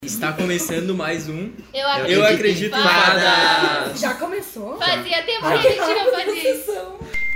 Está começando mais um Eu Acredito em Fadas. Já começou? Fazia tempo que a gente não fazia isso.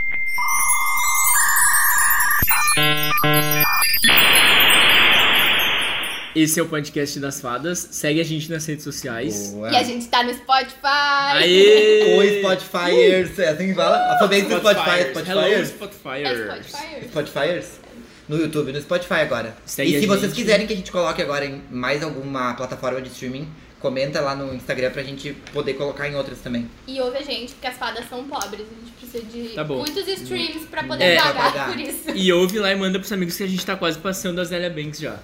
Esse é o podcast das fadas. Segue a gente nas redes sociais. Boa. E a gente tá no Spotify. Aê! Oi, Spotifyers. É assim que fala? Alfabeto do Spotify. Hello, Spotifyers. Spotifyers. Spotifyers? No YouTube, no Spotify agora. Segue e a se vocês gente. quiserem que a gente coloque agora em mais alguma plataforma de streaming, comenta lá no Instagram pra gente poder colocar em outras também. E ouve a gente, porque as fadas são pobres. A gente precisa de Tá bom. muitos streams pra poder pra pagar pagar. por isso. E ouve lá e manda pros amigos que a gente tá quase passando a Zélia Banks já.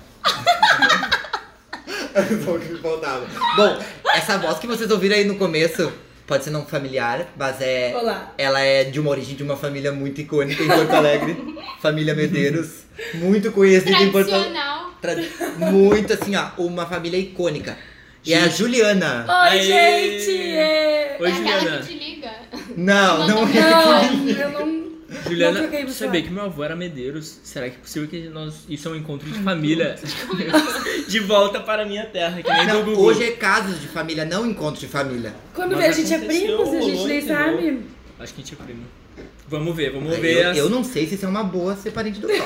Só o que me faltava. Bom, essa voz que vocês ouviram aí no começo pode ser não familiar, mas Olá. ela é de uma origem de uma família muito icônica em Porto Alegre. Família Medeiros. Muito conhecida em Porto Alegre. Tradicional. Muito assim, ó, uma família icônica. E é a Juliana. Oi, Aê! gente! Oi, É aquela Juliana. que te liga. Não é. Não, eu não... Juliana, Não troquei pro sabia celular. que meu avô era Medeiros? Será que é possível que isso é um encontro de família? De volta para a minha terra, que nem do Não, Gugu. hoje é casos de família, não encontros de família. Quando Mas vê, a gente é aconteceu, primos e a gente rolou, nem entendeu? sabe. Acho que a gente é primo. Vamos ver. Eu não sei se isso é uma boa ser parente do Paulo.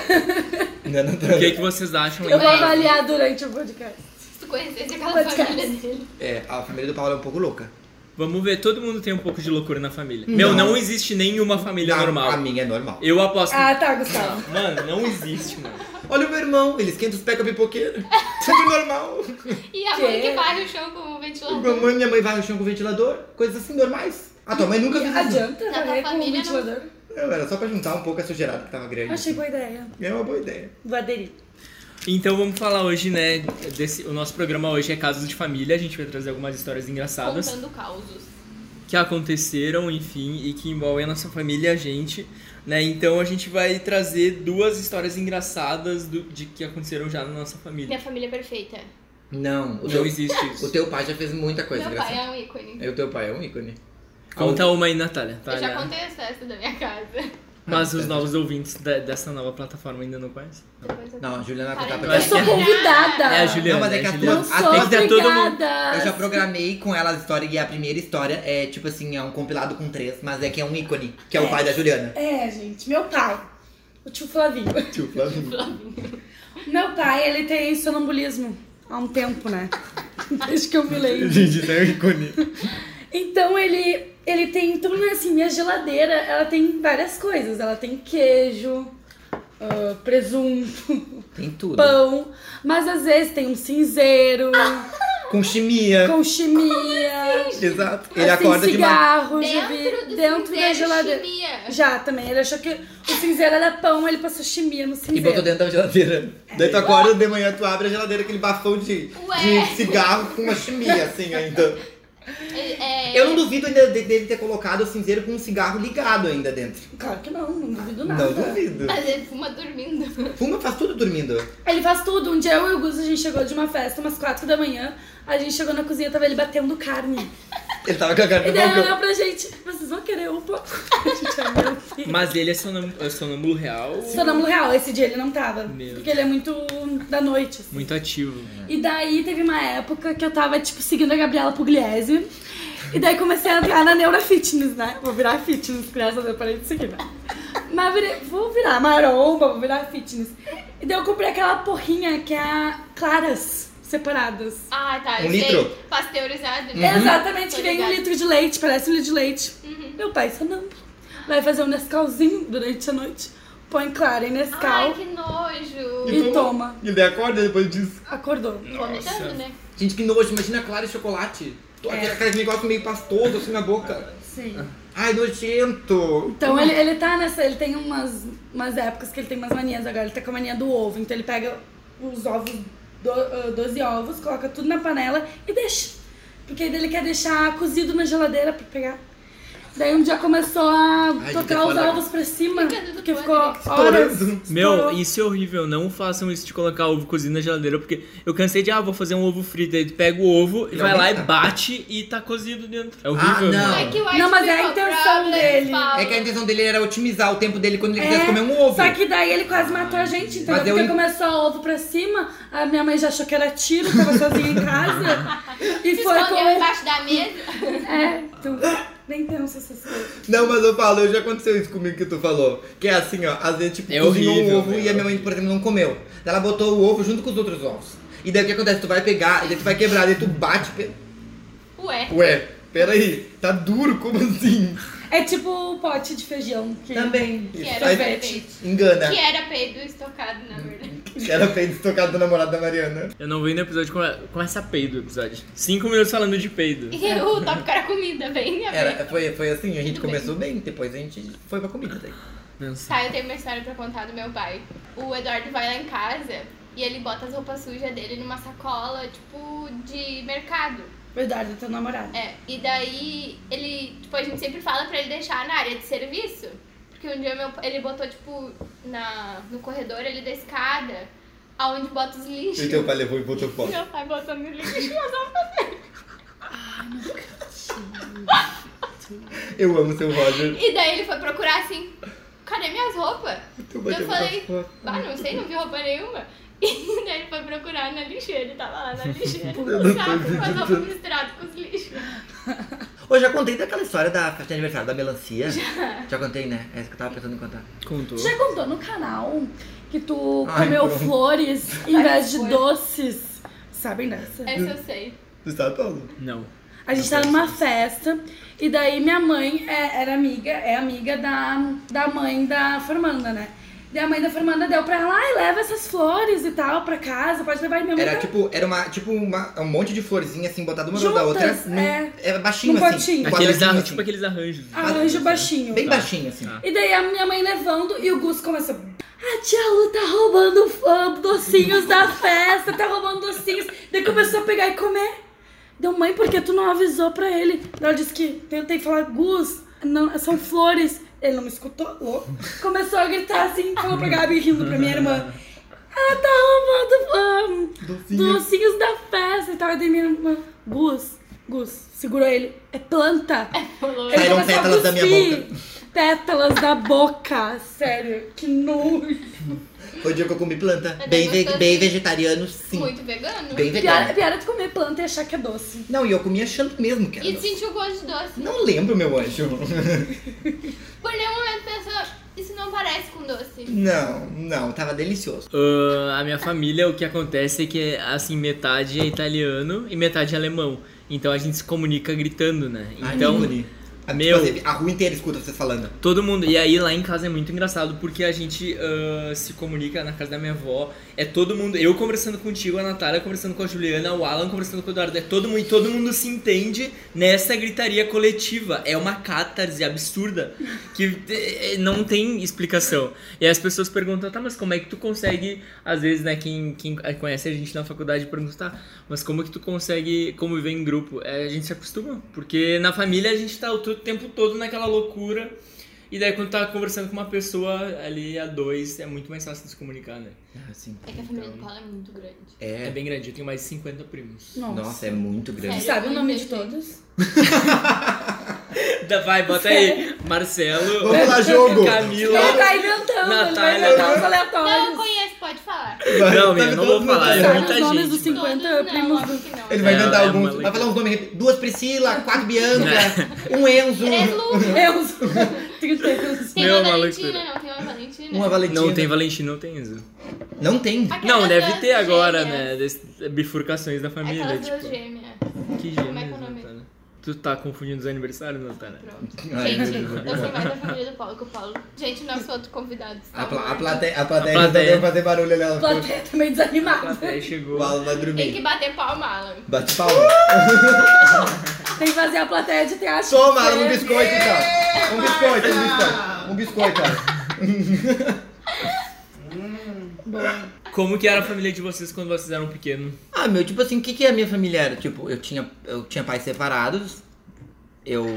O que vocês acham? Eu vou hein? avaliar durante o podcast. Se tu conhecesse aquela Podcast. família dele. É, a família do Paulo é um pouco louca. Vamos ver, todo mundo tem um pouco de loucura na família. Meu, não existe nenhuma família normal. A minha é normal. Eu aposto. Ah, tá, Gustavo. Mano, não existe, mano. Olha o meu irmão, ele esquenta os pés com a pipoqueira. Sempre normal. E a mãe Que? que varre o chão com o ventilador. Minha mãe vai no chão com o ventilador, coisas assim normais. A tua mãe nunca fez isso. Adianta Na tua varrer com o família, não. ventilador? Não, era só pra juntar um pouco a sujeirada que tava grande. Achei boa ideia. É uma boa ideia. Vou aderir. Então vamos falar hoje, né, o nosso programa hoje é Casos de Família. A gente vai trazer algumas histórias engraçadas Contando causos. que aconteceram, enfim, e que envolvem a nossa família e a gente, né? Então a gente vai trazer duas histórias engraçadas de que aconteceram já na nossa família. Minha família é perfeita. Não, Não existe o isso. teu pai já fez muita coisa Meu pai engraçada. é um ícone. O teu pai é um ícone. Conta uma aí, Natália. Eu já Natália. contei as festas da minha casa. Mas os novos ouvintes dessa nova plataforma ainda não conhecem? Depois eu Não, a Juliana vai contar Eu pra Eu acho sou que é- convidada. É a Juliana. Não, mas é que a a Juliana. tua- Não sou Tem que ter todo mundo. obrigada. Eu já programei com ela a história e a primeira história é tipo assim, é um compilado com 3, mas é que é um ícone, que é o pai da Juliana. É, gente, meu pai, o tio Flavinho. Tio Flavinho. Meu pai, ele tem sonambulismo há um tempo, né? Desde que eu me lembro. Gente, é um ícone. Então ele tem tudo, né? Assim, minha geladeira, ela tem várias coisas. Ela tem queijo, presunto, Tem tudo. pão, mas às vezes tem um cinzeiro Com chimia. com chimia. Exato. Ele Ele acorda de manhã. cigarro, já vi, Dentro do dentro da cinzeiro, geladeira. chimia. Já, também. Ele achou que o cinzeiro era pão, ele passou chimia no E cinzeiro. botou dentro da geladeira. Daí tu acorda de manhã, tu abre a geladeira, aquele bafão de cigarro com uma chimia, assim, ainda. Eu não duvido ainda dele ter colocado o cinzeiro com um cigarro ligado ainda dentro. Claro que não duvido nada. Não duvido. Mas ele fuma dormindo. Fuma, faz tudo dormindo. Ele faz tudo. Um dia eu e o Gus, a gente chegou de uma festa, umas 4 da manhã. A gente chegou na cozinha, tava ele batendo carne. Ele tava com a cara E no daí ele balcão. olhou pra gente, vocês vão querer um pouco? A gente, ai, meu filho. Mas ele é sonâmbulo real. Sonâmbulo real, esse dia ele não tava. Meu Porque ele é muito da noite, assim. Muito ativo. E daí teve uma época que eu tava, tipo, seguindo a Gabriela Pugliese. E daí comecei a entrar na Neurofitness, né? Vou virar fitness, graças a Deus, parei de seguir, né? Mas vou virar maromba, vou virar fitness. E daí eu comprei aquela porrinha que é a claras separadas. Ah, tá. Um eu sei. litro? Pasteurizado, né? Exatamente, Tô que vem um ligada. litro de leite, parece um litro de leite. Meu pai, sonâmbulo. Vai fazer um Nescauzinho durante a noite. Põe clara em Nescau Ai, que nojo. e toma. E daí acorda depois disso. Acordou. Vomitando, né? Gente, que nojo, imagina Clara e chocolate. Aquele negócio meio pastoso assim na boca. Sim. Ai, nojento. Então ele tá nessa, ele tem umas épocas que ele tem umas manias agora, ele tá com a mania do ovo. Então ele pega os ovos, 12 ovos, coloca tudo na panela e deixa. Porque daí ele quer deixar cozido na geladeira pra pegar. Daí um dia começou a tocar os ovos pra cima, porque ficou horas. Meu, isso é horrível. Não façam isso de colocar ovo cozido na geladeira, porque eu cansei de, vou fazer um ovo frito. Aí tu pega o ovo e vai lá e bate e tá cozido dentro. É horrível. Não, mas é a intenção dele. É que a intenção dele era otimizar o tempo dele quando ele quisesse comer um ovo. Só que daí ele quase matou a gente, entendeu? Porque começou o ovo pra cima, a minha mãe já achou que era tiro, tava sozinha em casa. E foi embaixo da mesa. Então... Nem pensa essas coisas. Não, mas eu falo, já aconteceu isso comigo que tu falou. Que é assim, ó, às vezes, tipo, cozinhou um ovo e a minha mãe, por exemplo, não comeu. Ela botou o ovo junto com os outros ovos. E daí o que acontece? Tu vai pegar, e daí tu vai quebrar, daí tu bate... Ué, peraí, tá duro, como assim? É tipo o pote de feijão. Também. Que era peido. Engana. Que era peido estocado, na verdade. Que era peido estocado do namorado da Mariana. Eu não vi no episódio, começa peido o episódio. 5 minutos falando de peido. E o tópico era comida, bem. Foi assim, a gente começou bem, depois a gente foi pra comida daí. Tá, eu tenho uma história pra contar do meu pai. O Eduardo vai lá em casa e ele bota as roupas sujas dele numa sacola, tipo, de mercado. O Eduardo é teu namorado. E daí ele, tipo, a gente sempre fala pra ele deixar na área de serviço. Porque um dia ele botou, tipo, no corredor ali da escada, aonde bota os lixos. E teu pai levou e botou fora. Meu pai botou no lixo e as roupas dele. Ai, não acredito. Eu amo seu Roger. E daí ele foi procurar assim, cadê minhas roupas? Eu falei, não sei, não vi roupa nenhuma. E daí ele foi procurar na lixeira, ele tava lá na lixeira, no saco, com as roupas misturadas com os lixos. Ô, já contei daquela história da festa de aniversário da melancia? Já contei, né? É essa que eu tava pensando em contar. Contou. Já contou no canal que tu comeu flores em vez de doces? Sabem dessa? Essa eu sei. Tu sabe, Paulo? Não. A gente tava numa festa e daí minha mãe é amiga da mãe da Fernanda, né? E a mãe da Fernanda deu pra ela, leva essas flores e tal pra casa, pode levar. E minha mãe era um monte de florzinha assim, botada uma da outra. É baixinho num assim. Potinho. Tipo aqueles arranjos. Arranjo baixinho. Bem baixinho assim. E daí a minha mãe levando e o Gus começou... A tia Lu tá roubando docinhos da festa, tá roubando docinhos. Daí começou a pegar e comer. Deu, mãe, por que tu não avisou pra ele? Ela disse que tentei falar, Gus, não, são flores. Ele não me escutou, louco. Começou a gritar assim, falou pra Gabi, rindo pra minha irmã. Ela tá roubando docinhos da festa e tal. E daí minha irmã, Gus, segurou ele. É planta. Ele saíram pétalas da minha boca. Pétalas da boca, sério, que nojo. Foi o dia que eu comi planta. Bem vegetariano, sim. Muito vegano. Bem vegano. Pior é tu comer planta e achar que é doce. Não, e eu comia achando mesmo que era doce. E sentiu o gosto de doce. Não lembro, meu anjo. Por nenhum momento pensou, isso não parece com doce. Não, tava delicioso. A minha família, o que acontece é que, assim, metade é italiano e metade é alemão. Então a gente se comunica gritando, né? Então, a rua inteira escuta vocês falando. Todo mundo. E aí lá em casa é muito engraçado porque a gente se comunica na casa da minha avó. É todo mundo. Eu conversando contigo, a Natália conversando com a Juliana, o Alan conversando com o Eduardo. É todo mundo. E todo mundo se entende nessa gritaria coletiva. É uma catarse absurda que não tem explicação. E aí as pessoas perguntam, tá, mas como é que tu consegue. Às vezes, né, quem conhece a gente na faculdade pergunta, tá, mas como é que tu consegue conviver em grupo? A gente se acostuma. Porque na família a gente tá o tempo todo naquela loucura. E daí quando tá conversando com uma pessoa ali a dois, é muito mais fácil de se comunicar, né? Assim, é que a família do Paulo é muito grande. É bem grande, eu tenho mais de 50 primos. Nossa, é muito grande. Você sabe o nome de todos? Vai, bota aí. Marcelo. Vamos lá, jogo. Camila. Ele tá inventando, Natália. ele vai inventar os aleatórios. Não conheço, pode falar. Não, menina, não vou falar. É muita os nomes gente. dos 50 primos do... Ele vai inventar alguns. Vai falar uns nomes. 2 Priscila, 4 Bianca, 1 Enzo. 3 Lu. Enzo. 30 Enzo. Tem uma Valentina, não tem uma Valentina? Uma Valentina. Não tem Valentina, não tem Enzo. Não tem? Não, deve ter agora, né? Bifurcações da família. Aquelas tipo. duas gêmeas. Que Como é que é o gêmeas, nome? Natália? Tu tá confundindo os aniversários, Natália? Pronto. Ai, Gente, meu Deus. eu sou mais da família do Paulo que o Paulo. Gente, nosso outro convidado está A plateia plateia. vai fazer barulho ali. A plateia também desanimada. Até chegou. O Alan vai dormir. Tem que bater palma, Alan. Bate palma. Tem que fazer a plateia de teatro. Toma, Alan, um biscoito, então. Um biscoito, Alan. Como que era a família de vocês quando vocês eram pequenos? Meu, tipo assim, o que a minha família era? Tipo, eu tinha pais separados, eu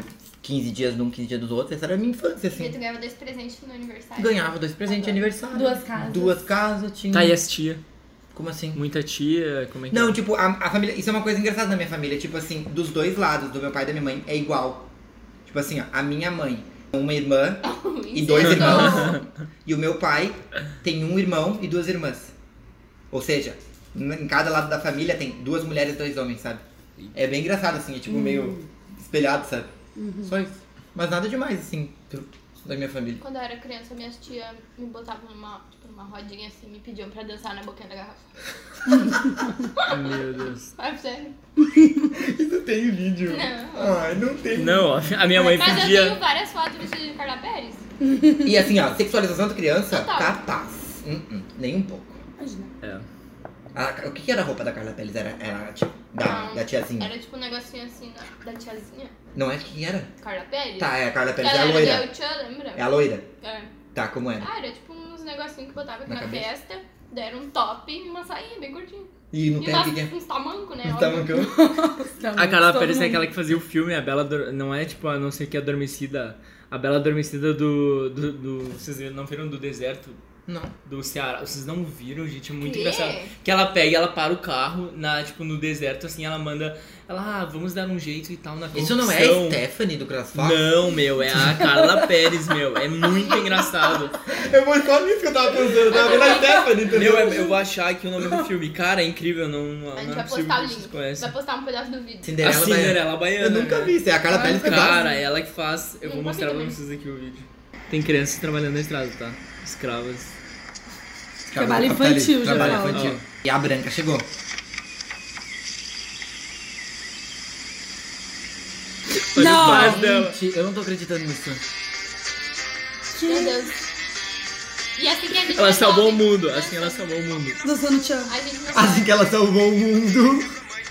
15 dias de um, 15 dias dos outros. Essa era a minha infância, assim. E tu ganhava 2 presentes no aniversário. Ganhava 2 presentes de aniversário. 2 casas. 2 casas, tinha... Tá, e as tia? Como assim? Muita tia? Como é que Não, é? tipo, a família... Isso é uma coisa engraçada na minha família. Tipo assim, dos 2 lados, do meu pai e da minha mãe, é igual. Tipo assim, ó, a minha mãe, uma irmã e 2 irmãos. E o meu pai tem 1 irmão e 2 irmãs. Ou seja, em cada lado da família tem 2 mulheres e 2 homens, sabe? É bem engraçado, assim, é tipo meio espelhado, sabe? Só isso. Mas nada demais, assim, da minha família. Quando eu era criança, minhas tias me botavam numa rodinha assim, me pediam pra dançar na boquinha da garrafa. Meu Deus. Sério? Isso tem vídeo? Não. Ai, não tem. Não, a minha mãe Mas pedia... eu tenho várias fotos de Carla Pérez. E assim, ó, sexualização da criança, Total. capaz. Nem um pouco. Imagina. É. O que era a roupa da Carla Pérez? Era tipo, da tiazinha? Era tipo um negocinho assim da tiazinha. Não é o que era? Carla Pérez? Tá, a Carla Pérez Ela é a era loira. de El Chan, lembra? É a loira? É. Tá, como era? Ah, era tipo uns negocinhos que botava aqui Na na cabeça? testa. Deram um top e uma sainha bem curtinha. E não E tem o que que é? uns tamancos, né? Tá óbvio. mancando? A Carla Pérez é aquela que fazia o filme, a Bela... Não é tipo a não sei o que adormecida... A Bela Adormecida do... Vocês não viram do deserto? Não. Do Ceará. Vocês não viram, gente? É muito Que? engraçado. Que ela pega e ela para o carro, tipo, no deserto, assim, ela manda... Ela, vamos dar um jeito e tal na Isso não é a Stephanie do CrossFit? Não, meu, é a Carla Pérez, meu. É muito engraçado. Eu vou só nisso que eu tava pensando. Eu tava vendo a Stephanie, entendeu? Meu, eu vou achar aqui o nome do filme. Cara, é incrível. Não, A gente não é vai possível postar o que vocês link. conhecem. Vai postar um pedaço do vídeo. A Cinderela Cinderela Baiana. Eu nunca né? vi, isso é a Carla Pérez que faz. Cara, ela que faz. Eu vou Nunca mostrar vi pra também. vocês aqui o vídeo. Tem crianças trabalhando na estrada, tá? Escravas. Trabalho infantil, já Trabalho fala. infantil. E a Branca chegou. Olha Não. os pais dela. Gente, eu não tô acreditando nisso. Meu Deus. E assim que a gente Ela salvou o resolve- mundo. Assim ela salvou o mundo. Dançando tchan. A gente não Assim que ela salvou o mundo.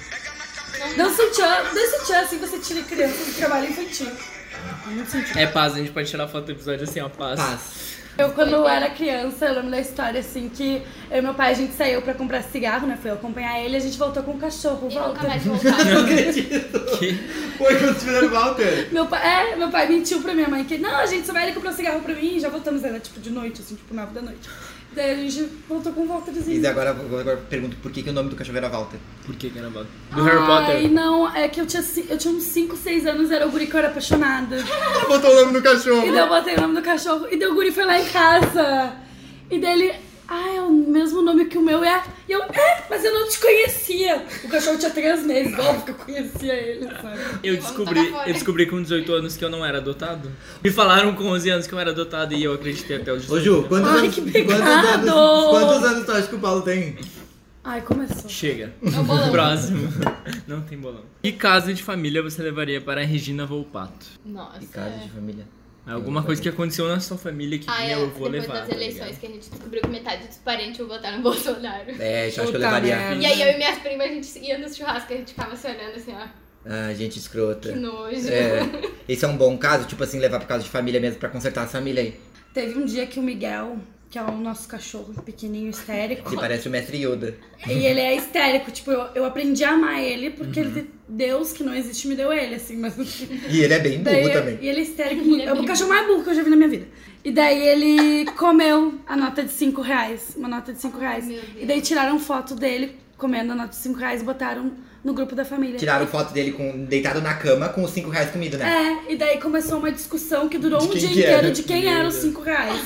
Dança o tchan. Dança o tchan assim você tira crianças do trabalho infantil. Muito sentido. É paz, a gente pode tirar foto do episódio assim, ó. Paz. Paz. Eu, quando eu era criança, eu lembro da história, assim, que eu e meu pai, a gente saiu pra comprar cigarro, né? Foi eu acompanhar ele e a gente voltou com o cachorro. E Volta. nunca mais voltar. Não acredito. Foi quando fizeram Walter. Meu pai mentiu pra minha mãe que, não, a gente só vai ali comprar cigarro pra mim, já voltamos, era tipo de noite, assim, tipo 9 da noite. Daí a gente voltou com o Walterzinho. E agora eu pergunto por que o nome do cachorro era Walter. Por que era bom? Do Harry Potter. Ai, não, é que eu tinha uns 5, 6 anos, era o guri que eu era apaixonada. Ela botou o nome do cachorro. E daí eu botei o nome do cachorro, e daí o guri foi lá em casa. E daí ele, é o mesmo nome que o meu, E eu, mas eu não te conhecia. O cachorro tinha 3 meses, óbvio que eu conhecia ele, sabe? Eu descobri com 18 anos que eu não era adotado. Me falaram com 11 anos que eu era adotado e eu acreditei até os 18. Ô Ju, quantos Ai, anos, que pecado! quantos anos tu acha que o Paulo tem? Ai, começou. Chega. É o bolão. Próximo. Não tem bolão. Que casa de família você levaria para a Regina Volpato? Nossa. Que casa de família. Alguma coisa que aconteceu na sua família que eu vou depois levar. das tá eleições ligado? que a gente descobriu que metade dos parentes vão votar no Bolsonaro. É, acho que eu Puta levaria a merda. filha. E aí eu e minhas primas, a gente ia nos churrascos e a gente ficava se olhando assim, ó. Ah, gente escrota. Que nojo. É, esse é um bom caso, tipo assim, levar por causa de família mesmo pra consertar a família aí. Teve um dia que o Miguel, que é o nosso cachorro pequenininho histérico, Que parece o mestre Yoda. e ele é histérico, tipo, eu aprendi a amar ele porque Deus, que não existe, me deu ele, assim, mas... E ele é bem burro Daí, também. E ele é histérico, é o cachorro mais burro que eu já vi na minha vida. E daí ele comeu a nota de 5 reais, uma nota de 5 reais. Meu Deus. E daí tiraram foto dele comendo a nota de 5 reais e botaram no grupo da família. Tiraram foto dele deitado na cama com os 5 reais comido, né? É, e daí começou uma discussão que durou De um quem dia que inteiro era? de quem eram os 5 reais.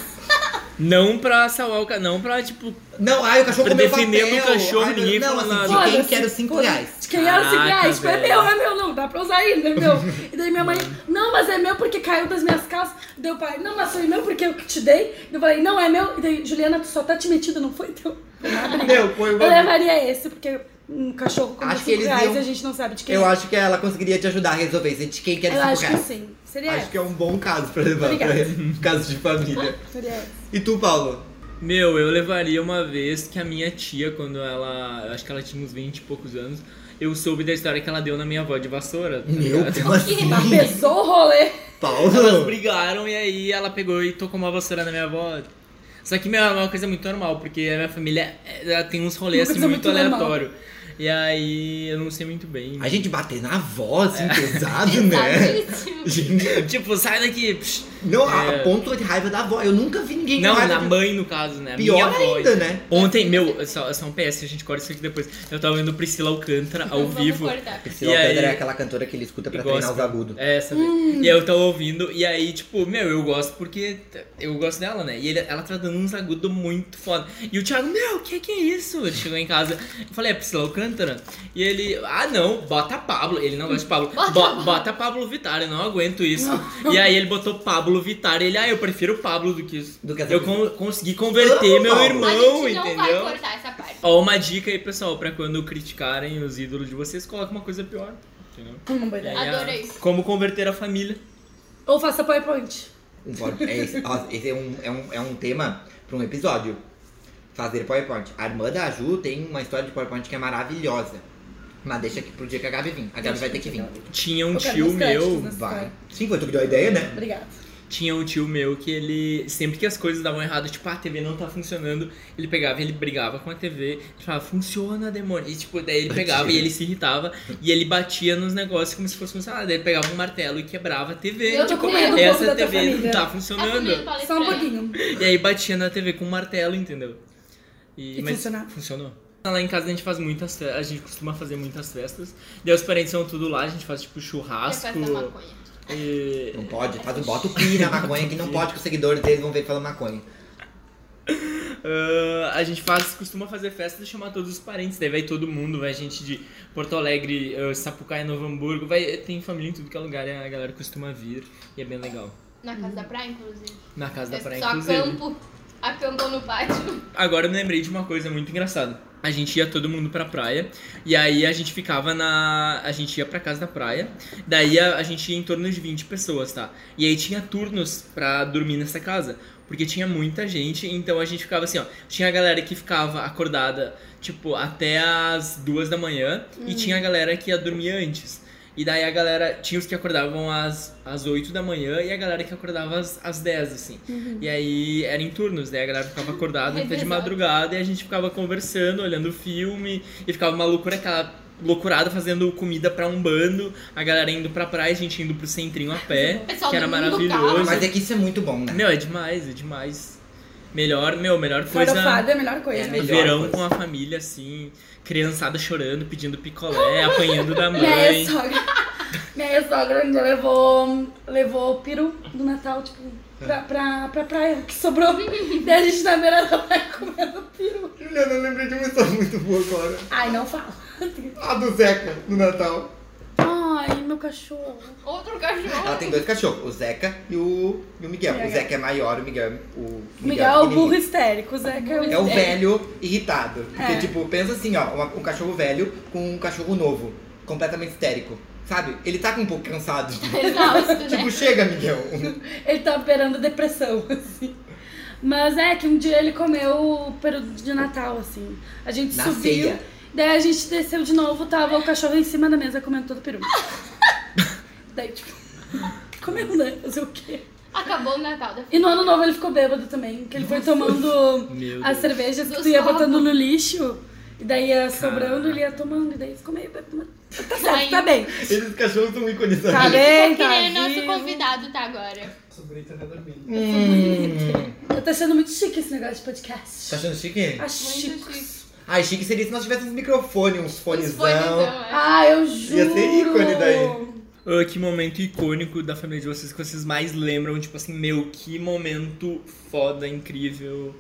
Não pra salvar o cara, não pra, tipo... Não, o cachorro Pra comeu defender papel. do cachorro, Ai, ninguém não, falou assim, nada. de quem Foda-se, que era os 5 foda-se. reais. De quem era os 5 Caraca, reais? Tipo, é velho. meu, não, dá pra usar ainda, é meu. E daí minha mãe, não, mas é meu porque caiu das minhas calças. Deu pai, não, mas foi meu porque eu que te dei. Eu falei, não, é meu. E daí, Juliana, tu só tá te metida, não foi teu. Meu, foi uma... Eu levaria esse, porque um cachorro com Acho que 5 eles reais iam- a gente não sabe de quem Eu é. acho que ela conseguiria te ajudar a resolver isso. De quem que era Eu 5 acho que reais. sim. Seria Acho que é um bom caso pra levar Obrigada. pra caso de família. Seria esse. E tu, Paulo? Meu, eu levaria uma vez que a minha tia, quando ela... Eu acho que ela tinha uns 20 e poucos anos, eu soube da história que ela deu na minha avó de vassoura. Tá Meu, ligado? como assim? Mas pesou o rolê. Elas Paulo? brigaram e aí ela pegou e tocou uma vassoura na minha avó. Só que meu, é uma coisa muito normal, porque a minha família ela tem uns rolês Uma assim coisa muito muito normal. aleatórios. E aí, eu não sei muito bem. A gente bater na avó, assim, pesado, né? Gente, tipo, sai daqui. Não, a ponto de raiva da avó. Eu nunca vi ninguém Não, com raiva na mãe, no caso, né? A pior minha avó, ainda, né? Ontem, só um PS, a gente corta isso aqui depois. Eu tava vendo Priscila Alcântara ao vivo. Priscila Alcântara é aquela cantora que ele escuta pra treinar os agudos. Sabe? E aí eu tava ouvindo, e aí, tipo, eu gosto porque eu gosto dela, né? E ela tá dando uns agudos muito foda. E o Thiago, o que é isso? Ele chegou em casa, eu falei, é Priscila Alcântara? E ele, não, bota Pablo. Ele não gosta de Pablo. Bota Pablo Vittar, eu não aguento isso. E aí ele botou Pablo Vittar. Ele, eu prefiro o Pablo do que isso. Eu consegui converter meu irmão, entendeu? Não vai cortar essa parte. Ó, uma dica aí, pessoal, pra quando criticarem os ídolos de vocês, coloca uma coisa pior. Entendeu? Uma ideia. Adorei isso. Como converter a família. Ou faça PowerPoint. Esse é um tema pra um episódio. Fazer PowerPoint. A irmã da Ju tem uma história de PowerPoint que é maravilhosa. Mas deixa aqui pro dia que a Gabi vir. A Gabi vai ter que vir. Tinha um tio meu. Vai. Sim, foi tu que deu a ideia, né? Obrigada. Tinha um tio meu que ele, sempre que as coisas davam errado, tipo, a TV não tá funcionando, ele pegava e ele brigava com a TV, ele falava, funciona, demônio. E tipo, daí ele pegava e ele se irritava e ele batia nos negócios como se fosse funcionar. Daí ele pegava um martelo e quebrava a TV. Eu tô com medo essa TV não tá funcionando. Só um pouquinho. E aí batia na TV com um martelo, entendeu? Mas funcionou. Lá em casa a gente faz muitas festas, a gente costuma fazer muitas festas. Daí os parentes são tudo lá, a gente faz tipo churrasco. Não pode, bota o pi na maconha que não pode, que os seguidores deles vão ver falando maconha. A gente costuma fazer festa e chamar todos os parentes, daí vai todo mundo, vai gente de Porto Alegre, Sapucaia, Novo Hamburgo, tem família em tudo que é lugar e a galera costuma vir e é bem legal. Na casa da praia, inclusive. Na casa da praia, só inclusive. Acampou no pátio. Agora eu me lembrei de uma coisa muito engraçada. A gente ia todo mundo pra praia, e aí a gente ficava a gente ia pra casa da praia, daí a gente ia em torno de 20 pessoas, tá? E aí tinha turnos pra dormir nessa casa, porque tinha muita gente, então a gente ficava assim, tinha a galera que ficava acordada, tipo, até as 2 da manhã, e tinha a galera que ia dormir antes. E daí a galera, tinha os que acordavam às 8 da manhã e a galera que acordava às 10, assim. E aí era em turnos, daí a galera ficava acordada até de madrugada e a gente ficava conversando, olhando filme, e ficava uma loucura, aquela loucurada fazendo comida pra um bando, a galera indo pra praia, a gente indo pro centrinho a pé, que era maravilhoso. Mas é que isso é muito bom, né? É demais. Melhor coisa. Farofada é a melhor coisa. Verão com a família, assim, criançada chorando, pedindo picolé, apanhando da mãe. Minha sogra ainda levou o peru do Natal, tipo, pra praia, que sobrou. Daí a gente na beira da praia comendo peru. Juliana, eu lembrei de uma história muito boa agora. Ai, não fala. A do Zeca, no Natal. Ai, meu cachorro. Outro cachorro. Ela tem 2 cachorros, o Zeca e o Miguel. O Zeca é maior, o Miguel é o burro histérico, o Zeca é o velho irritado. Porque, tipo, pensa assim, um cachorro velho com um cachorro novo, completamente histérico. Sabe? Ele tá um pouco cansado. Exausto, tipo, né? chega, Miguel. Ele tá operando depressão, assim. Mas que um dia ele comeu o peru de Natal, assim. A gente subiu. Ceia. Daí a gente desceu de novo, tava o cachorro em cima da mesa comendo todo o peru. Daí, tipo, comeu, né? Fazer o quê? Acabou o Natal. E no ano novo ele ficou bêbado também, que ele foi tomando as cervejas que tu ia botando no lixo, e daí ia sobrando, ele ia tomando, e daí ficou meio bêbado. Tá certo, tá bem. Esses cachorros são iconizados. Tá bem, tá bem. Nosso convidado tá agora. Sobrinho tá dormindo. Eu tô achando muito chique esse negócio de podcast. Tá achando chique? Acho chique. Ai, chique seria se nós tivéssemos um microfone, uns fonezão. Eu juro. Ia ser ícone daí. Que momento icônico da família de vocês que vocês mais lembram? Tipo assim, que momento foda, incrível.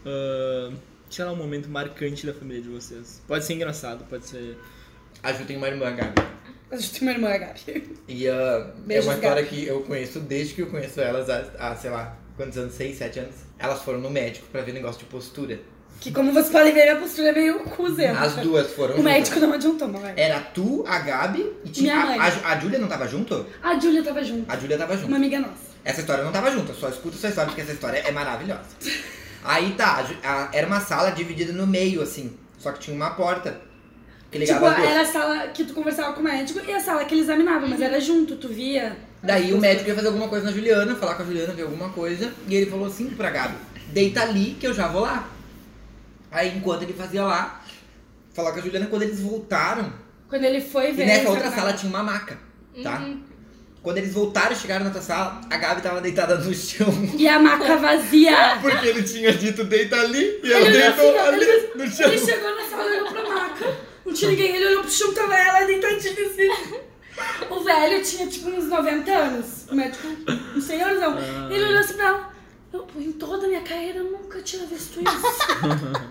Sei lá, um momento marcante da família de vocês. Pode ser engraçado, pode ser... A Ju tem uma irmã, Gabi. A Ju tem uma irmã, Gabi. E é uma história que eu conheço desde que eu conheço elas há sei lá, quantos anos? 6, 7 anos. Elas foram no médico pra ver negócio de postura. Que como vocês podem ver, a postura é meio cuzenta. As duas foram juntas. O médico não adiantou, não é? Era tu, a Gabi e tinha minha mãe. A Júlia não tava junto? A Júlia tava junto. A Júlia tava junto. Uma amiga nossa. Essa história não tava junto, eu só escuto essa história porque essa história é maravilhosa. Aí tá, era uma sala dividida no meio, assim, só que tinha uma porta que ligava as duas. Era a sala que tu conversava com o médico e a sala que ele examinava, mas era junto, tu via. Daí o médico ia fazer alguma coisa na Juliana, falar com a Juliana, ver alguma coisa, e ele falou assim pra Gabi, deita ali que eu já vou lá. Aí enquanto ele fazia lá, falar com a Juliana quando eles voltaram. Quando ele foi ver. E nessa outra sala tinha uma maca, tá? Quando eles voltaram, chegaram na outra sala, a Gabi tava deitada no chão. E a maca vazia. Porque ele tinha dito deita ali e ela deitou ali no chão. Ele chegou na sala, olhou pra maca. Não tinha ninguém, ele olhou pro chão, tava ela deitadinha assim. O velho tinha tipo uns 90 anos. O médico, um senhorzão. Ele olhou assim pra ela. Em toda a minha carreira eu nunca tinha visto isso.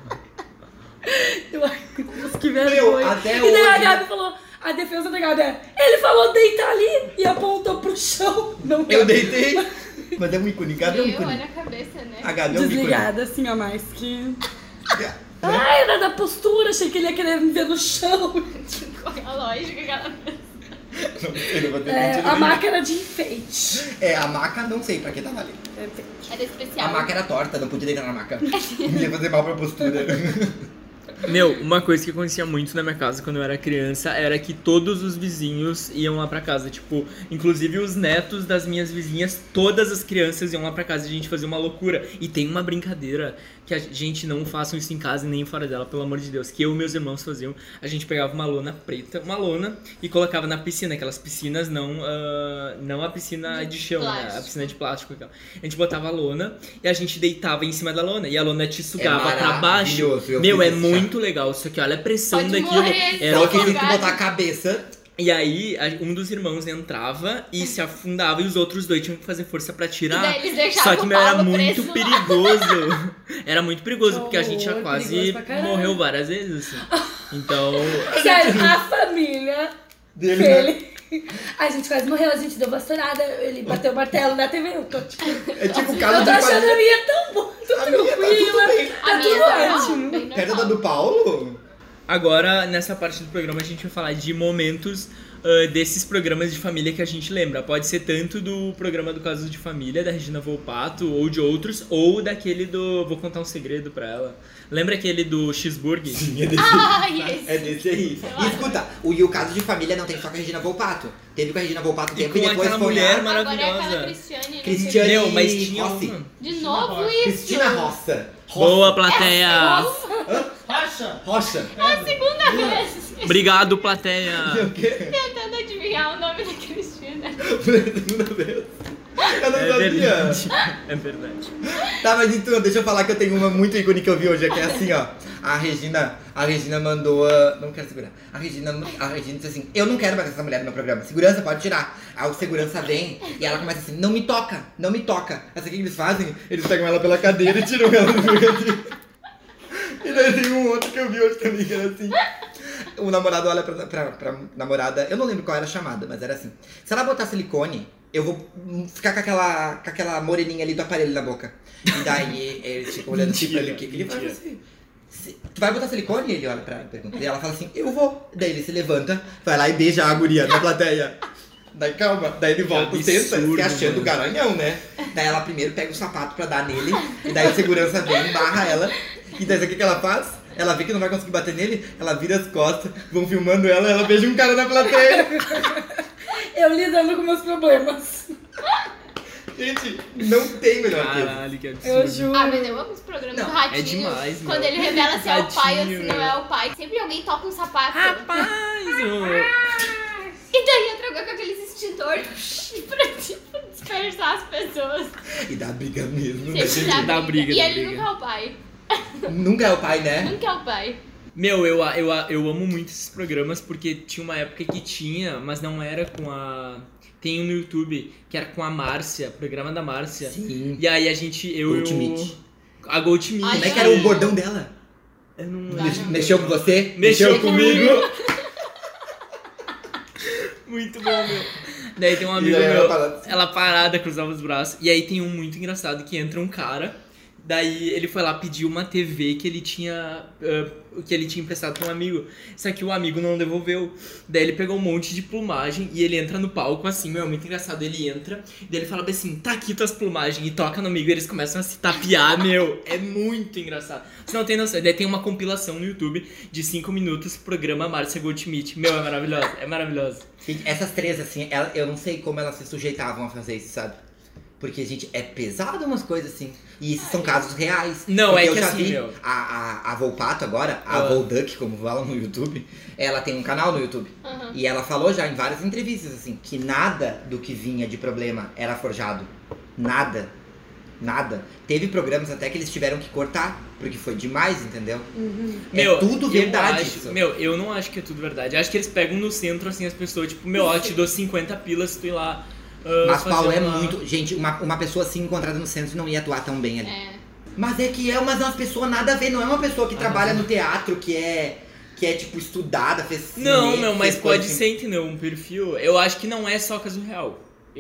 Ai, meu Deus, que vergonha. Até e daí a Gabi falou, a defesa da Gabi é, ele falou deita ali e apontou pro chão. Não, eu deitei. Mas é um ícone, Gabi é um Eu ícone. na cabeça, né? A Gabi é um ícone. Desligada assim a mais que... Ai, era da postura, achei que ele ia querer me ver no chão. Qual é a lógica que ela fez? Não vou ter a maca era de enfeite. A maca não sei pra que tava ali. Era especial. A maca era torta, não podia deitar na maca. Ia fazer mal pra postura. Meu, uma coisa que acontecia muito na minha casa quando eu era criança era que todos os vizinhos iam lá pra casa. Tipo, inclusive os netos das minhas vizinhas, todas as crianças iam lá pra casa e a gente fazia uma loucura. E tem uma brincadeira que a gente não façam isso em casa e nem fora dela, pelo amor de Deus. Que eu e meus irmãos faziam. A gente pegava uma lona preta, uma lona, e colocava na piscina. Aquelas piscinas não a piscina de chão, né? A piscina de plástico. A gente botava a lona e a gente deitava em cima da lona. E a lona te sugava pra baixo. Meu, é muito legal. Só que olha a pressão daquilo. Só que tem que botar a cabeça. E aí, um dos irmãos entrava e se afundava e os outros dois tinham que fazer força pra tirar. Só que, meu, era muito perigoso. Era muito perigoso, porque a gente já quase morreu várias vezes, assim. Então... Sério, a família dele... A gente quase morreu, a gente deu vassourada, ele bateu o martelo na TV, eu tô tipo... É tipo o caso de... Eu tô achando a minha tão boa, tô tranquila, tá tudo ótimo. Perto da do Paulo? Agora, nessa parte do programa, a gente vai falar de momentos desses programas de família que a gente lembra. Pode ser tanto do programa do Casos de Família, da Regina Volpato, ou de outros, ou daquele do... Vou contar um segredo pra ela. Lembra aquele do Cheeseburger? Sim, é desse yes. É desse aí. E escuta, o Caso de Família não tem só com a Regina Volpato. Teve com a Regina Volpato um tempo e depois aquela foi mulher Agora é maravilhosa. aquela Cristiane Meu, mas tinha Rossi. uma. De novo isso. Cristina Roça. Boa, plateia! Rocha. É a segunda vez. Obrigado, plateia! O quê? Tentando adivinhar o nome da Cristina. Segunda vez. Eu não sabia. É verdade. Tá, mas então, deixa eu falar que eu tenho uma muito ícone que eu vi hoje, que é assim, ó. A Regina mandou... Não quero segurar. A Regina disse assim, eu não quero mais essa mulher no meu programa. Segurança, pode tirar. Aí o segurança vem e ela começa assim, não me toca, não me toca. Aí o que eles fazem? Eles pegam ela pela cadeira e tiram ela do brigadeiro. E daí tem um outro que eu vi hoje também, que era assim. O namorado olha pra namorada, eu não lembro qual era a chamada, mas era assim. Se ela botar silicone, eu vou ficar com aquela moreninha ali do aparelho na boca. E daí ele fica olhando assim pra ele, o que ele faz assim? Tu vai botar silicone? Ele olha pra ela e pergunta. E ela fala assim, eu vou. Daí ele se levanta, vai lá e beija a guria na plateia. Daí calma, daí ele volta, senta, se achando garanhão, né? Daí ela primeiro pega o sapato pra dar nele, e daí a segurança vem, barra ela. E daí o que ela faz? Ela vê que não vai conseguir bater nele, ela vira as costas, vão filmando ela beija um cara na plateia. Eu lidando com meus problemas. Gente, não tem melhor que isso. Caralho, que absurdo. Eu juro. Ah, mas eu amo os programas do Ratinho. É demais, quando meu. ele revela se é o pai ou se Ratinho, não meu. é o pai. Sempre alguém toca um sapato. Rapaz! E daí entra com aqueles extintores pra tipo, dispersar as pessoas. E dá briga mesmo, né? Sempre Dá briga, E dá ele briga. nunca é o pai. Nunca é o pai, né? Nunca é o pai. Meu, eu amo muito esses programas porque tinha uma época que tinha, mas não era com a... Tem um no YouTube que era com a Márcia, programa da Márcia. Sim. E aí a Goldschmidt. A Goldschmidt. Ai, Como é que era o bordão dela? Eu não Mexeu com você? Mexeu comigo. Muito bom, meu. Daí tem um amigo E aí meu, ela parada, cruzava os braços. E aí tem um muito engraçado que entra um cara. Daí ele foi lá pedir uma TV que ele tinha emprestado pra um amigo. Só que o amigo não devolveu. Daí ele pegou um monte de plumagem e ele entra no palco assim, meu, é muito engraçado. Ele entra, daí ele fala bem assim, tá aqui tuas plumagens. E toca no amigo e eles começam a se tapear, meu. É muito engraçado. Você não tem noção. Daí tem uma compilação no YouTube de 5 minutos, programa Márcia Goldschmidt. Meu, é maravilhoso, é maravilhoso. Essas três, assim, eu não sei como elas se sujeitavam a fazer isso, sabe? Porque, gente, é pesado umas coisas assim. E esses são casos reais. Não, porque é eu que já assim, vi meu... a Volpato agora, a Volduck, como falam no YouTube, ela tem um canal no YouTube. E ela falou já em várias entrevistas, assim, que nada do que vinha de problema era forjado. Nada. Teve programas até que eles tiveram que cortar, porque foi demais, entendeu? É tudo verdade. Eu não acho que é tudo verdade. Acho que eles pegam no centro, assim, as pessoas, tipo, eu te dou 50 pilas se tu ir lá. Mas Paulo é muito... Gente, uma pessoa assim encontrada no centro não ia atuar tão bem ali. Mas mas é uma pessoa nada a ver, não é uma pessoa que trabalha no teatro, que é tipo, estudada, fez cinema. Não, mas pode ser, entendeu? Um perfil... Eu acho que não é só caso real.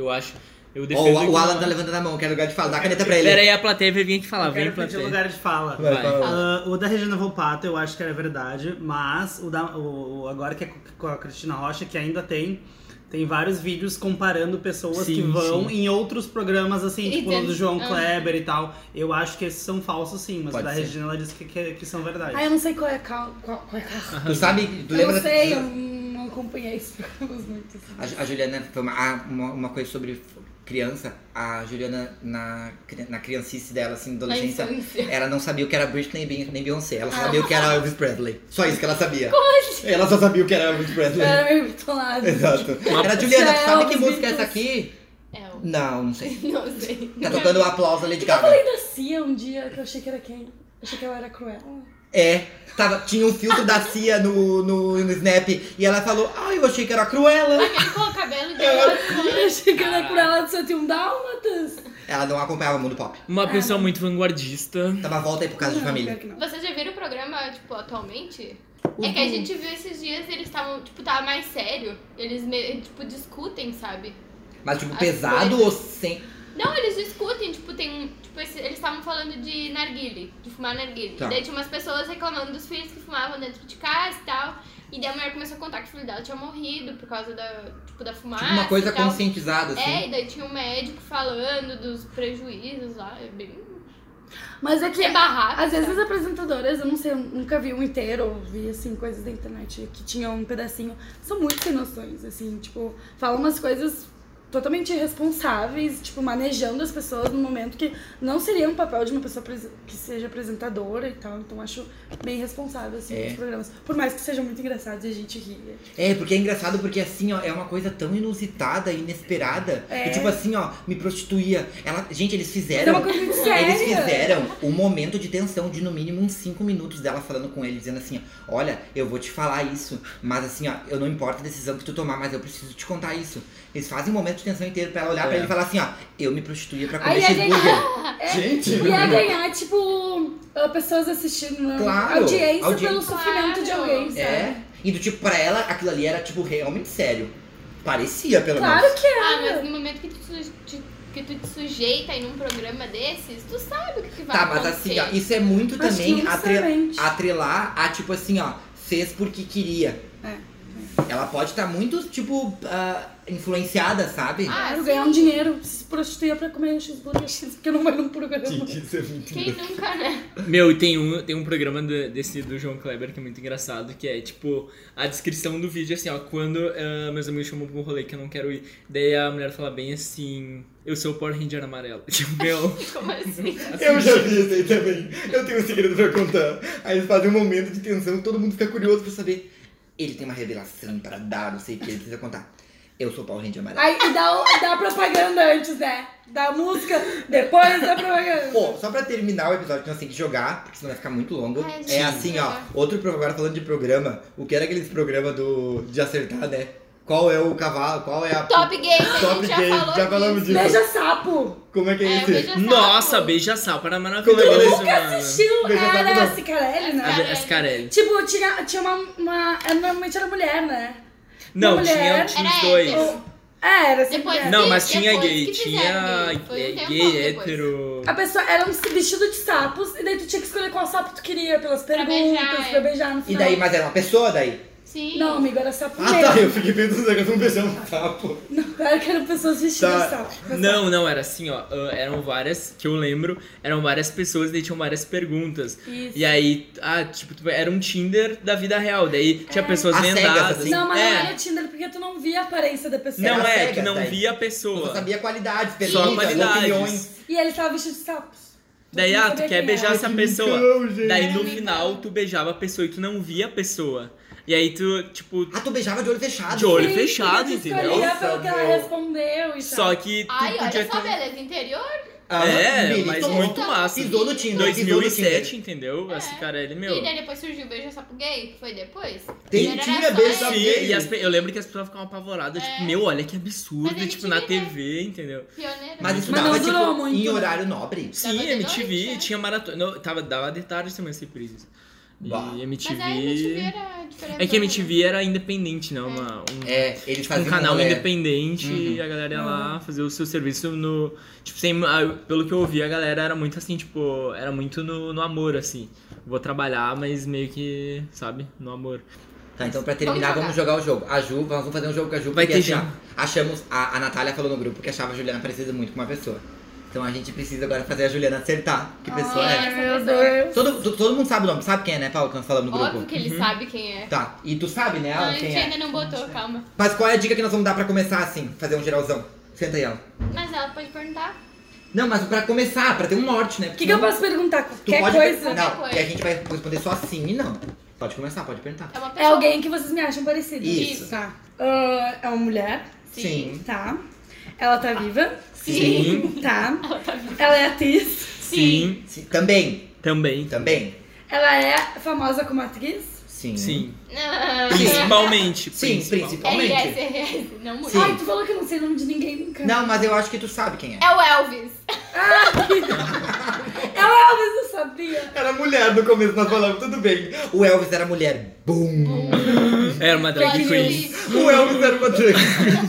Eu defendo o Alan tá levantando a mão, quer lugar de fala. Dá a caneta pra ele. Pera aí, a plateia vai vir aqui falar. Vem, plateia. Lugar de fala. O da Regina Volpato eu acho que era verdade, mas agora que é com a Cristina Rocha, que ainda tem vários vídeos comparando pessoas que vão em outros programas, assim, tipo o do João Kleber e tal. Eu acho que esses são falsos, sim, mas o da Regina ela disse que são verdade. Eu não sei qual é qual. Tu sabe, tu lembra? Eu não sei, eu não acompanhei esses programas muito. Assim. A Juliana, foi uma coisa sobre criança, a Juliana, na criancice dela, assim, adolescência, ela não sabia o que era Britney nem Beyoncé, ela só sabia o que era Elvis Presley. Só isso que ela sabia. Como assim? Ela só sabia o que era Elvis Presley. Era meio bitolado. Exato. Era Juliana, tu sabe que música é essa aqui? Não sei. Não sei. Tá tocando o aplauso Lady Gaga. Eu falei da Cia um dia, que eu achei que era quem? Achei que ela era Cruella. Tinha um filtro da Cia no Snap e ela falou, eu achei que era Cruella. Aquele com o cabelo de Eu achei que era Cruella de 101 Dálmatas. Ela não acompanhava o mundo pop. Uma pessoa muito vanguardista. Tava volta aí pro caso de família. Vocês já viram o programa, tipo, atualmente? É que a gente viu esses dias, eles estavam, tipo, tava mais sério. Eles, tipo, discutem, sabe? Mas, tipo, pesado ou sem... Não, eles discutem, tipo, eles estavam falando de narguile, de fumar narguile. Tá. E daí tinha umas pessoas reclamando dos filhos que fumavam dentro de casa e tal. E daí a mulher começou a contar que o filho dela tinha morrido por causa da fumaça. Tipo uma coisa conscientizada, assim. E daí tinha um médico falando dos prejuízos lá, é bem... Mas é que, barraco, às vezes as apresentadoras, eu não sei, eu nunca vi um inteiro, ou vi, assim, coisas da internet que tinham um pedacinho. São muito sem noções, assim, tipo, falam umas coisas totalmente irresponsáveis, tipo, manejando as pessoas no momento que não seria um papel de uma pessoa que seja apresentadora e tal. Então acho bem irresponsável, assim, os programas. Por mais que sejam muito engraçados e a gente ria. Porque é engraçado porque, assim, é uma coisa tão inusitada e inesperada. Que, tipo assim, me prostituía. Gente, eles fizeram... É uma coisa muito séria. Eles fizeram um momento de tensão de, no mínimo, uns 5 minutos dela falando com ele, dizendo assim, olha, eu vou te falar isso, mas assim, eu não importa a decisão que tu tomar, mas eu preciso te contar isso. Eles fazem um momento de tensão inteiro pra ela olhar pra ele e falar assim, eu me prostituía pra comer cheeseburger. Gente! Ia ganhar, tipo, pessoas assistindo, né? Claro, audiência pelo sofrimento de alguém, sabe? E do tipo, pra ela, aquilo ali era, tipo, realmente sério. Parecia, pelo menos. Claro que é. Mas no momento que tu te sujeita em um programa desses, tu sabe o que vai acontecer. Mas assim, isso é muito também atrelar a, tipo assim, fez porque queria. Ela pode estar muito, tipo, influenciada, sabe? Ganhar um dinheiro, se prostituir pra comer cheeseburger, porque não vai num programa. Isso é muito Quem nunca, né? Tem um programa desse do João Kleber que é muito engraçado, que é, tipo, a descrição do vídeo, assim, quando meus amigos chamam pra um rolê que eu não quero ir, daí a mulher fala bem assim, eu sou o Power Ranger amarelo. Tipo, Como assim? Eu já vi isso aí também. Eu tenho um segredo pra contar. Aí eles fazem um momento de tensão, todo mundo fica curioso pra saber. Ele tem uma revelação pra dar, não sei o que, ele precisa contar. Eu sou o Power Ranger amarelo. Aí dá propaganda antes, né? Da música, depois da propaganda. Só pra terminar o episódio, que nós temos que jogar, porque senão vai ficar muito longo. Assim, outro programa, agora falando de programa, o que era aqueles programas de acertar, né? Qual é o cavalo, qual é a... Top Game, a gente já falamos disso. Beija-sapo. Como é que é esse? Nossa, Beija-Sapo era maravilhoso, mano. Tu nunca assistiu? Era a Cicarelli, né? A Cicarelli. Tipo, tinha uma... Normalmente era mulher, né? Não, tinha os dois. Era assim. Não, mas tinha gay. Tinha gay, hétero. A pessoa era um vestido de sapos, e daí tu tinha que escolher qual sapo tu queria, pelas perguntas, pra beijar no final. E daí, mas era uma pessoa daí? Sim. Não, amigo, era sapo mesmo. Ah, tá, eu fiquei pensando que eu não beijando um sapo. Não, claro que eram pessoas vestidas de sapo. Não, era assim, ó. Eram várias, que eu lembro, eram várias pessoas, daí tinham várias perguntas. Isso. E aí, tipo, era um Tinder da vida real. Daí tinha pessoas vendadas. Assim. Não, mas não era Tinder porque tu não via a aparência da pessoa. Não, tu não via a pessoa. Tu só sabia qualidades, só qualidades. Opiniões. E ele estava vestido de sapos. Daí, tu quer beijar essa pessoa. Daí no final, tu beijava a pessoa e tu não via a pessoa. E aí tu, tipo... tu beijava de olho fechado. De olho fechado, entendeu? Escolhia pelo que ela respondeu e só que tu podia olha só, beleza interior. Mas muito massa. Pisou no Tinder. 2007, entendeu? Esse cara, ele, meu... E daí depois surgiu o beijo sapo gay, que foi depois. Tinha beijo sapo gay. E eu lembro que as pessoas ficavam apavoradas, tipo, meu, olha que absurdo, tipo, na TV, entendeu? Pioneiro. Mas isso dava, tipo, em horário nobre. Sim, MTV tinha maratona. Dava de tarde também as reprises. E MTV... Mas a MTV era diferente. É que a MTV era independente, né? Eles faziam um canal independente e a galera ia lá fazer o seu serviço no... Tipo, pelo que eu ouvi, a galera era muito assim, tipo... Era muito no amor, assim. Vou trabalhar, mas meio que, sabe? No amor. Tá, então pra terminar, vamos jogar o jogo. Vamos fazer um jogo com a Ju. Vai ter achamos... A Natália falou no grupo que achava a Juliana parecida muito com uma pessoa. Então a gente precisa agora fazer a Juliana acertar que pessoa Meu Deus. Todo mundo sabe o nome. Sabe quem é, né, Paulo, que nós falamos no grupo? Óbvio que ele sabe quem é. Tá, e tu sabe, né, Não, quem a gente é? ainda não botou, calma. Mas qual é a dica que nós vamos dar pra começar, assim? Fazer um geralzão. Senta aí, ela. Mas ela pode perguntar. Não, mas pra começar, pra ter um norte, né? O que eu posso perguntar? Qualquer coisa? Não, que a gente vai responder só sim e não. Pode começar, pode perguntar. É alguém que vocês me acham parecido. Isso. Tá. É uma mulher? Sim. Tá. Ela tá viva? Sim. Tá. Ela é atriz? Sim. Também. Ela é famosa como atriz? Sim. Principalmente. Sim, principalmente. RS, não muito. Ai, tu falou que eu não sei o nome de ninguém nunca. Não, mas eu acho que tu sabe quem é. É o Elvis. É o Elvis, eu sabia. Era mulher no começo, nós falamos, tudo bem. O Elvis era mulher. Boom. Era uma drag queen. O Elvis era uma drag queen.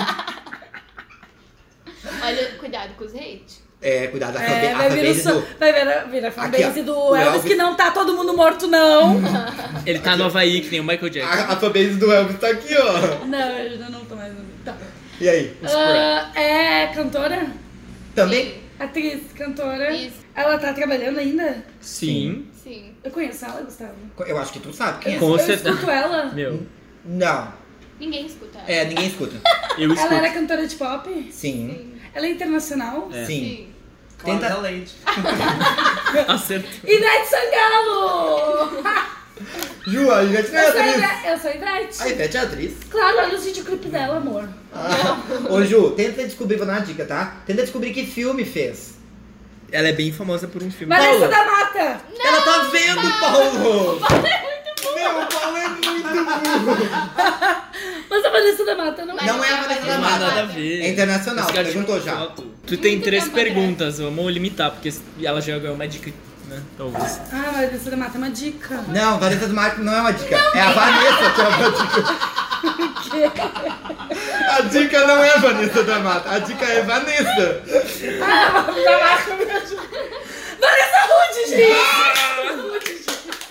Olha, cuidado com os hate. Cuidado, a fanbase do... Vai ver a fanbase do Elvis, que não tá todo mundo morto, não. Ele tá no Havaí, que nem o Michael Jackson. A fanbase do Elvis tá aqui, ó. Não, eu já não tô mais... Tá. E aí? É cantora? Também? Atriz, cantora. Isso. Ela tá trabalhando ainda? Sim. Eu conheço ela, Gustavo? Eu acho que tu sabe quem é. Com Eu certeza. escuto ela? Meu. Não. Ninguém escuta ela. Ninguém escuta. Eu escuto. Ela era cantora de pop? Sim. Ela é internacional? Sim. Tenta leite. Acertou. Ivete Sangalo! Ju, a Ivete não é atriz. Eu sou Ivete. A Ivete é atriz. Claro, olha os videoclipes dela, amor. Ô Ju, tenta descobrir, vou dar uma dica, tá? Tenta descobrir que filme fez. Ela é bem famosa por um filme. Vanessa da Mata! Ela tá vendo, Paulo! O Paulo é muito burro. Meu, o Paulo é muito burro. Mas a Vanessa da Mata não é. Não é a Vanessa da Não há Mata. nada a ver. É internacional, Esse cara perguntou tirou já. foto. Tu tem Muito 3 tempo perguntas, vamos limitar, porque ela já ganhou uma dica, né? Talvez. Ah, Vanessa da Mata é uma dica. Não, Vanessa do Marco não é uma dica. É a Vanessa que é uma dica. A dica não é a Vanessa da Mata, a dica é Vanessa. Ah, Vanessa Hudgens, gente!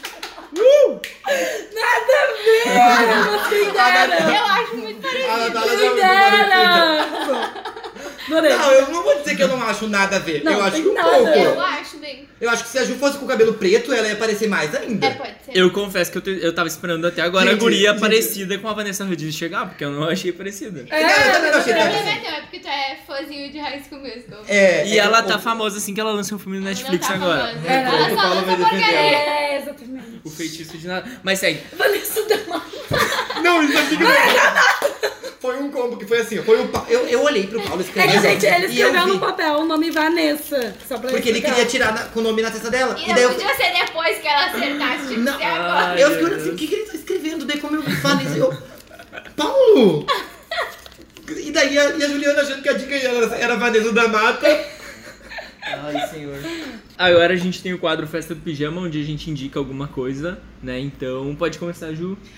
Nada a ver! Quem dera! Eu acho muito parecido. A Natália Quem dera! Adorei. Não, eu não vou dizer que eu não acho nada a ver. Não, eu acho tem que um nada. pouco. Eu acho bem. Eu acho que se a Ju fosse com o cabelo preto, ela ia aparecer mais ainda. Pode ser. Eu confesso que eu tava esperando até agora Gente, a guria gente. parecida com a Vanessa Hudgens chegar, porque eu não achei parecida. Eu também não achei O nada problema é assim. teu, é porque tu é fãzinho de High School Musical. E ela tá famosa assim que ela lança um filme no Netflix Ela não tá agora. famosa. É, Ela o só Paulo lança vai defender porcaria. É, exatamente. O feitiço de nada. Mas segue. Vanessa da Mata. Não, isso aqui foi um combo que foi assim, foi o eu olhei pro Paulo É escrevendo. que, gente, ele e eu escreveu vi, no papel o nome Vanessa. Só pra porque ele explicar. queria tirar com o nome na testa dela. E E daí não eu podia ser depois que ela acertasse, tinha que Não. ser agora. Eu fiquei olhando assim, o que ele tá escrevendo? Daí como eu falei isso, eu... Paulo! E daí a Juliana achando que a dica era Vanessa da Mata. Ai, senhor. Agora a gente tem o quadro Festa do Pijama, onde a gente indica alguma coisa, né? Então pode começar, Ju.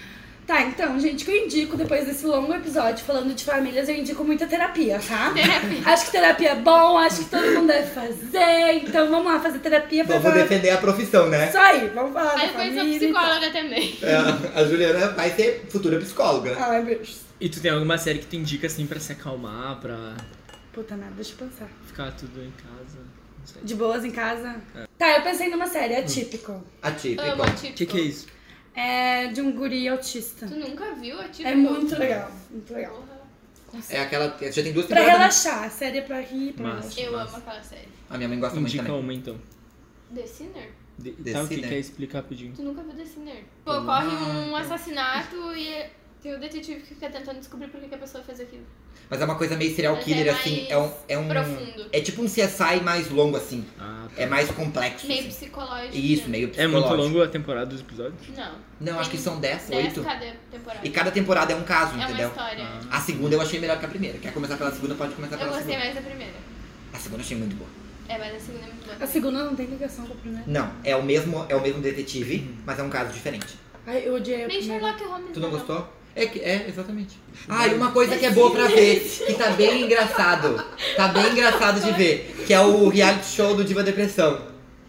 Tá, então, gente, que eu indico depois desse longo episódio falando de famílias, eu indico muita terapia, tá? Terapia. Acho que terapia é bom, acho que todo mundo deve fazer, então vamos lá fazer terapia pra Vamos defender a profissão, né? Isso aí, vamos falar Aí da depois família. sou psicóloga também. A Juliana vai ser futura psicóloga. Ai, beijos. E tu tem alguma série que tu indica assim pra se acalmar, pra Puta merda, deixa eu pensar. ficar tudo em casa? Não sei. De boas em casa? Tá, eu pensei numa série, Atípico. Atípico. Amo Atípico. O que é isso? É de um guri autista. Tu nunca viu Atípico? É muito legal, muito legal. Porra. É aquela. Já tem 2 Pra temporadas. relaxar, a série é pra rir, pra Massa. relaxar. Eu amo aquela série. A minha mãe gosta muito Indica também. uma então. The Sinner? The Tá, o que Sinner. quer explicar rapidinho? Tu nunca viu The Sinner? Pô, ocorre um assassinato e tem o detetive que fica tentando descobrir por que a pessoa fez aquilo. Mas é uma coisa meio serial Mas killer, é assim. mais É um. profundo. É tipo um CSI mais longo, assim. Ah, tá. É mais complexo. Meio assim. psicológico. Isso, né? meio É psicológico. muito longo a temporada dos episódios? Não. Não, acho que são 10, 8. cada temporada. E cada temporada é um caso, É uma entendeu? história. A segunda eu achei melhor que a primeira. Quer começar pela segunda, pode começar Eu pela gostei segunda. mais da primeira. A segunda eu achei muito boa. É, mas a segunda é muito boa. A segunda não tem ligação com a primeira. Não, é o mesmo detetive, mas é um caso diferente. Ai, eu odiei a Nem primeira. Sherlock Holmes. Tu não gostou? Exatamente. Ah, e uma coisa que é boa pra ver, que tá bem engraçado. Tá bem engraçado de ver, que é o reality show do Diva Depressão.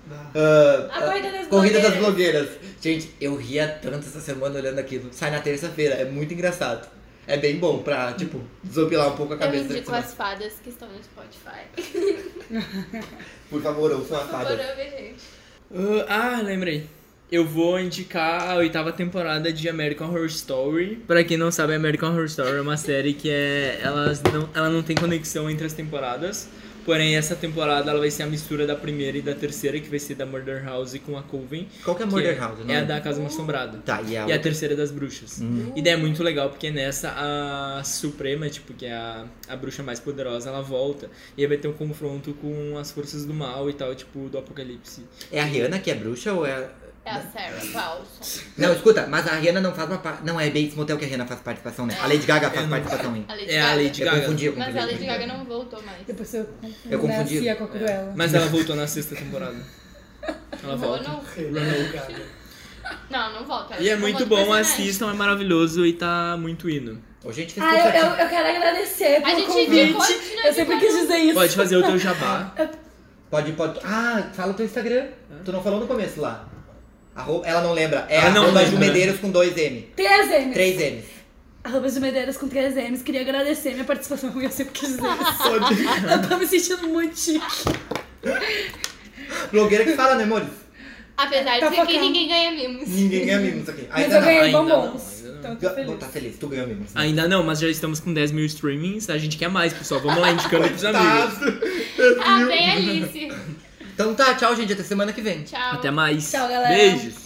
Corrida das Blogueiras. Gente, eu ria tanto essa semana olhando aquilo. Sai na terça-feira, é muito engraçado. É bem bom pra, tipo, desopilar um pouco a Eu cabeça. indico as fadas que estão no Spotify. Por favor, ouçam a Por fada. favor, ouve, gente. Lembrei. Eu vou indicar a 8ª temporada de American Horror Story. Pra quem não sabe, American Horror Story é uma série que ela não tem conexão entre as temporadas. Porém, essa temporada ela vai ser a mistura da primeira e da terceira, que vai ser da Murder House com a Coven. Qual que é Murder House? É a da Casa Mal Assombrada. Tá, e a E a outra? terceira das bruxas. E daí é muito legal, porque nessa a Suprema, tipo, que é a bruxa mais poderosa, ela volta. E aí vai ter um confronto com as forças do mal e tal, tipo, do apocalipse. É a Rihanna que é bruxa ou é... É a Sarah Paulson. Não, escuta, mas a Rihanna não faz uma parte... Não, é Bates Motel que a Rihanna faz participação, né? A Lady Gaga faz participação, hein? A Lady É a Gaga. Lady Eu Gaga. confundi. Mas a Lady Gaga não voltou mais. Depois eu Eu confundi. A Cia com a Cruella. Mas ela voltou na 6ª temporada. Ela volta. Não volta. E é Ela muito ficou bom, outro personagem. assistam, é maravilhoso e tá muito hino. Ô, gente, fez Eu quero agradecer A pelo gente convite. indicou, a gente não Eu sempre indicou, quis dizer isso. Pode fazer o teu jabá. Pode. Ah, fala o teu Instagram. Tu não falou no começo lá. Ela não lembra. É Ela não arroba lembra. Ju Medeiros com 2 M. 3 M's. 3 M's. Arroba Ju Medeiros com 3 M's. Queria agradecer minha participação, eu sempre quis dizer isso. Eu tô me sentindo muito chique. Blogueira que fala, né, amores? Apesar de Tá que aqui focando. ninguém ganha mimos. Ninguém ganha mimos aqui. Mas Ainda eu não. ganhei ainda bombons. não, ainda não. Então eu tô feliz. Tá feliz, tu ganhou mimos. Ainda não, mas já estamos com 10 mil streamings, a gente quer mais, pessoal. Vamos lá, indicando pros amigos. Ah, bem Alice. Então tá, tchau, gente. Até semana que vem. Tchau. Até mais. Tchau, galera. Beijos.